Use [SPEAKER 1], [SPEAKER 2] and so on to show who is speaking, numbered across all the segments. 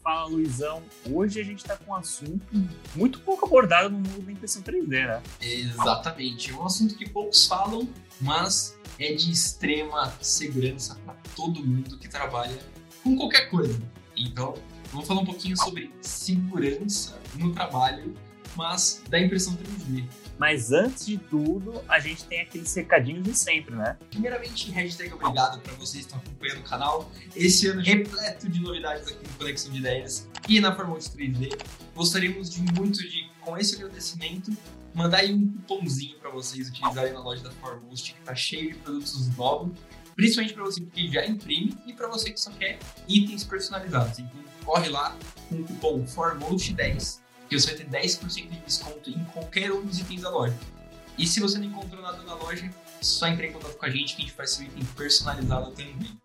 [SPEAKER 1] Fala, Luizão. Hoje a gente está com um assunto muito pouco abordado no mundo da impressão 3D, né?
[SPEAKER 2] Exatamente. É um assunto que poucos falam, mas é de extrema segurança para todo mundo que trabalha com qualquer coisa. Então, vamos falar um pouquinho sobre segurança no trabalho, mas da impressão 3D.
[SPEAKER 1] Mas antes de tudo, a gente tem aqueles recadinhos de sempre, né?
[SPEAKER 2] Primeiramente, hashtag obrigado para vocês que estão acompanhando o canal. Esse ano repleto de novidades aqui no Conexão de Ideias e na Formost 3D. Gostaríamos com esse agradecimento, mandar aí um cupomzinho para vocês utilizarem na loja da Formost, que está cheio de produtos novos, principalmente para você que já imprime e para você que só quer itens personalizados. Então, corre lá com o cupom FORMOST10, que você vai ter 10% de desconto em qualquer um dos itens da loja. E se você não encontrou nada na loja, é só entrar em contato com a gente que a gente faz seu item personalizado também.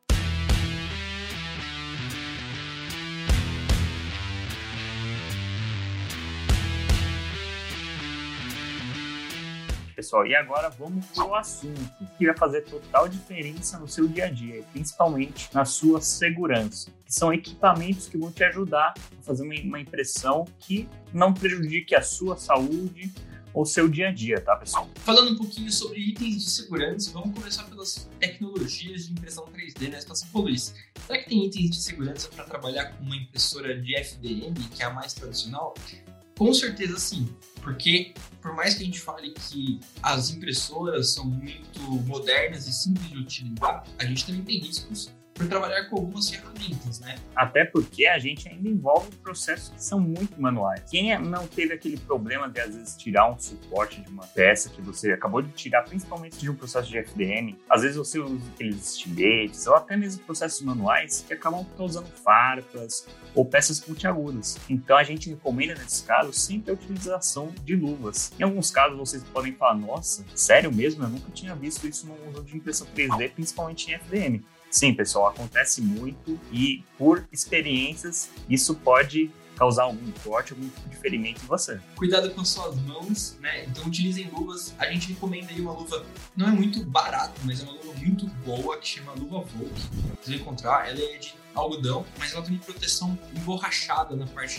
[SPEAKER 1] Pessoal, e agora vamos para o assunto que vai fazer total diferença no seu dia a dia, e principalmente na sua segurança, que são equipamentos que vão te ajudar a fazer uma impressão que não prejudique a sua saúde ou seu dia a dia, tá, pessoal?
[SPEAKER 2] Falando um pouquinho sobre itens de segurança, vamos começar pelas tecnologias de impressão 3D na estação Luiz. Será que tem itens de segurança para trabalhar com uma impressora de FDM, que é a mais tradicional? Com certeza sim, porque por mais que a gente fale que as impressoras são muito modernas e simples de utilizar, a gente também tem riscos por trabalhar com algumas ferramentas, né?
[SPEAKER 1] Até porque a gente ainda envolve processos que são muito manuais. Quem não teve aquele problema de, às vezes, tirar um suporte de uma peça que você acabou de tirar, principalmente de um processo de FDM, às vezes você usa aqueles estiletes ou até mesmo processos manuais que acabam causando farpas ou peças pontiagudas. Então a gente recomenda, nesses casos, sempre a utilização de luvas. Em alguns casos vocês podem falar, nossa, sério mesmo? Eu nunca tinha visto isso no uso de impressão 3D, principalmente em FDM. Sim, pessoal, acontece muito e por experiências isso pode causar algum corte, algum tipo de ferimento em você.
[SPEAKER 2] Cuidado com as suas mãos, né? Então utilizem luvas. A gente recomenda aí uma luva, não é muito barata, mas é uma luva muito boa, que chama Luva Volk. Vocês vão encontrar, ela é de algodão, mas ela tem uma proteção emborrachada na parte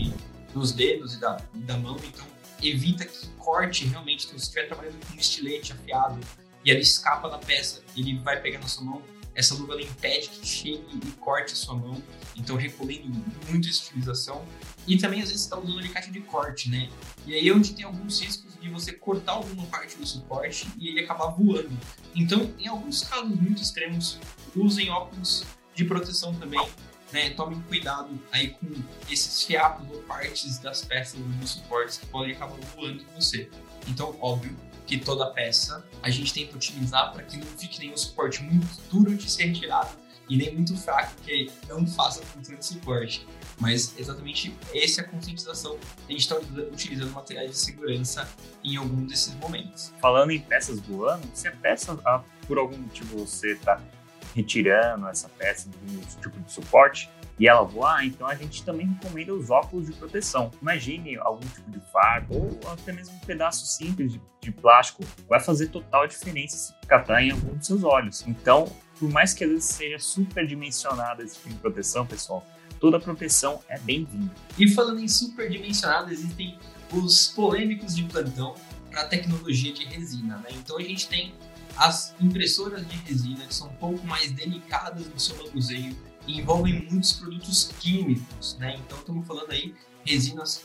[SPEAKER 2] dos dedos e da mão, então evita que corte realmente. Então, se estiver trabalhando com um estilete afiado e ela escapa da peça, ele vai pegar na sua mão. Essa luva ela impede que chegue e corte a sua mão, então eu recomendo muito essa utilização. E também às vezes você está usando alicate de corte, né? E aí é onde tem alguns riscos de você cortar alguma parte do suporte e ele acabar voando. Então, em alguns casos muito extremos, usem óculos de proteção também, né? Tomem cuidado aí com esses fiapos ou partes das peças dos suportes que podem acabar voando em você. Então, óbvio que toda peça a gente tenta utilizar para que não fique nenhum suporte muito duro de ser retirado e nem muito fraco, que não faça função de suporte. Mas exatamente essa é a conscientização. A gente está utilizando materiais de segurança em algum desses momentos.
[SPEAKER 1] Falando em peças voando, se a peça, por algum motivo, você está retirando essa peça de um tipo de suporte e ela voar, então a gente também recomenda os óculos de proteção. Imagine algum tipo de farpa ou até mesmo um pedaço simples de plástico. Vai fazer total diferença se catar em algum dos seus olhos. Então, por mais que às vezes seja superdimensionada esse tipo de proteção, pessoal, toda proteção é bem-vinda.
[SPEAKER 2] E falando em superdimensionado, existem os polêmicos de plantão para a tecnologia de resina, né? Então a gente tem as impressoras de resina, que são um pouco mais delicadas no seu manuseio e envolvem muitos produtos químicos, né? Então estamos falando aí resinas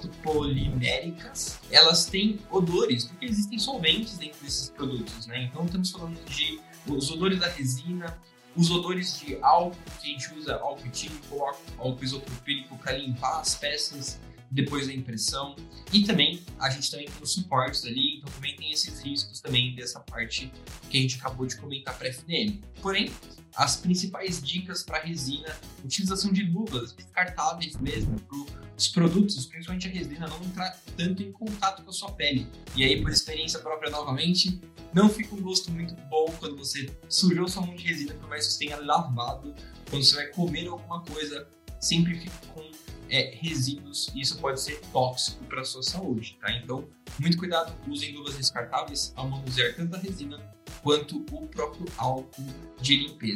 [SPEAKER 2] fotopoliméricas. Elas têm odores, porque existem solventes dentro desses produtos, né? Então estamos falando de os odores da resina, os odores de álcool, que a gente usa álcool etílico ou álcool isopropílico para limpar as peças depois da impressão. E também, a gente também tem os suportes ali, então também tem esses riscos também dessa parte que a gente acabou de comentar para FDM. Porém, as principais dicas para resina, utilização de luvas descartáveis mesmo, para os produtos, principalmente a resina, não entrar tanto em contato com a sua pele. E aí, por experiência própria novamente, não fica um gosto muito bom quando você sujou sua mão de resina, por mais que você tenha lavado. Quando você vai comer alguma coisa, sempre fica com resíduos e isso pode ser tóxico para a sua saúde, tá? Então, muito cuidado, usem luvas descartáveis ao manusear tanto a resina quanto o próprio álcool de limpeza.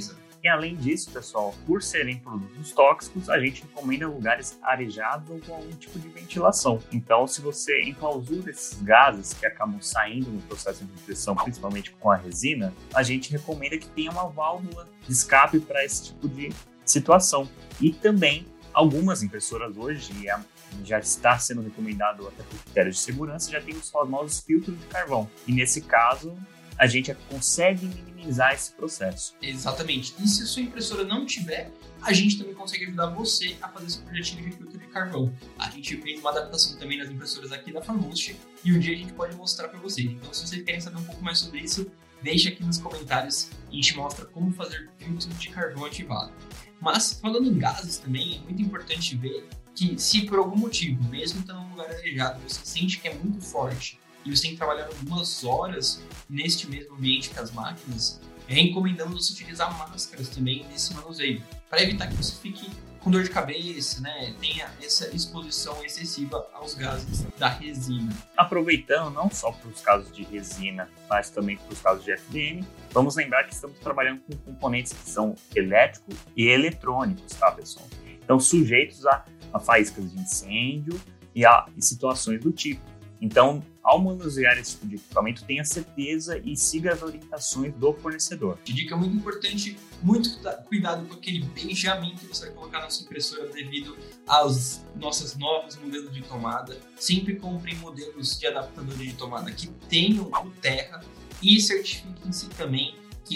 [SPEAKER 1] E além disso, pessoal, por serem produtos tóxicos, a gente recomenda lugares arejados ou com algum tipo de ventilação. Então, se você enclausura esses gases que acabam saindo no processo de impressão, principalmente com a resina, a gente recomenda que tenha uma válvula de escape para esse tipo de situação. E também, algumas impressoras hoje, já está sendo recomendado até por critérios de segurança, já tem os famosos filtros de carvão. E nesse caso, a gente consegue minimizar esse processo.
[SPEAKER 2] Exatamente. E se a sua impressora não tiver, a gente também consegue ajudar você a fazer esse projetinho de filtro de carvão. A gente fez uma adaptação também nas impressoras aqui da Farmost e um dia a gente pode mostrar para vocês. Então, se vocês querem saber um pouco mais sobre isso, deixa aqui nos comentários e a gente mostra como fazer filtro de carvão ativado. Mas, falando em gases também, é muito importante ver que se por algum motivo, mesmo estando num lugar arejado, você sente que é muito forte e você tem que trabalhar algumas horas neste mesmo ambiente com as máquinas, recomendamos você utilizar máscaras também nesse manuseio, para evitar que você fique com dor de cabeça, né? Tenha essa exposição excessiva aos gases da resina.
[SPEAKER 1] Aproveitando não só para os casos de resina, mas também para os casos de FDM, vamos lembrar que estamos trabalhando com componentes que são elétricos e eletrônicos, tá, pessoal? Então, sujeitos a faíscas de incêndio e situações do tipo. Então, ao manusear esse tipo de equipamento, tenha certeza e siga as orientações do fornecedor.
[SPEAKER 2] Dica muito importante, muito cuidado com aquele beijamento que você vai colocar na sua impressora devido aos nossos novos modelos de tomada. Sempre compre modelos de adaptador de tomada que tenham o terra e certifiquem-se também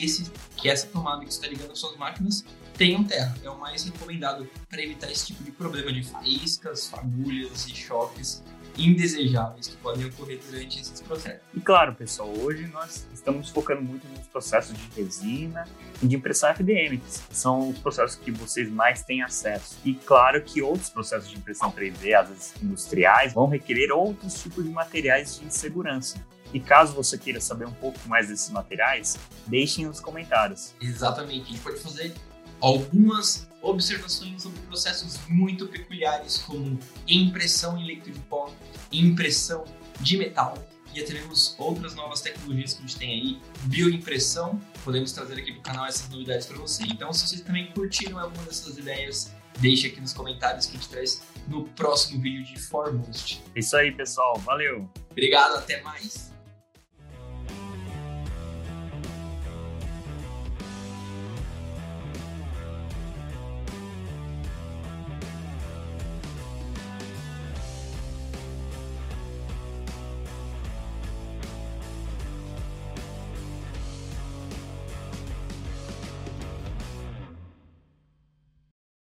[SPEAKER 2] que essa tomada que está ligando às suas máquinas tenham terra. É o mais recomendado para evitar esse tipo de problema de faíscas, fagulhas e choques indesejáveis que podem ocorrer durante esses processos.
[SPEAKER 1] E claro, pessoal, hoje nós estamos focando muito nos processos de resina e de impressão FDM, que são os processos que vocês mais têm acesso. E claro que outros processos de impressão 3D, às vezes industriais, vão requerer outros tipos de materiais de segurança. E caso você queira saber um pouco mais desses materiais, deixem nos comentários.
[SPEAKER 2] Exatamente, a gente pode fazer algumas observações sobre processos muito peculiares, como impressão em leito de pó, impressão de metal, e até mesmo outras novas tecnologias que a gente tem aí, bioimpressão. Podemos trazer aqui para o canal essas novidades para você. Então, se vocês também curtiram alguma dessas ideias, deixe aqui nos comentários que a gente traz no próximo vídeo de Farmost.
[SPEAKER 1] É isso aí, pessoal. Valeu!
[SPEAKER 2] Obrigado, até mais!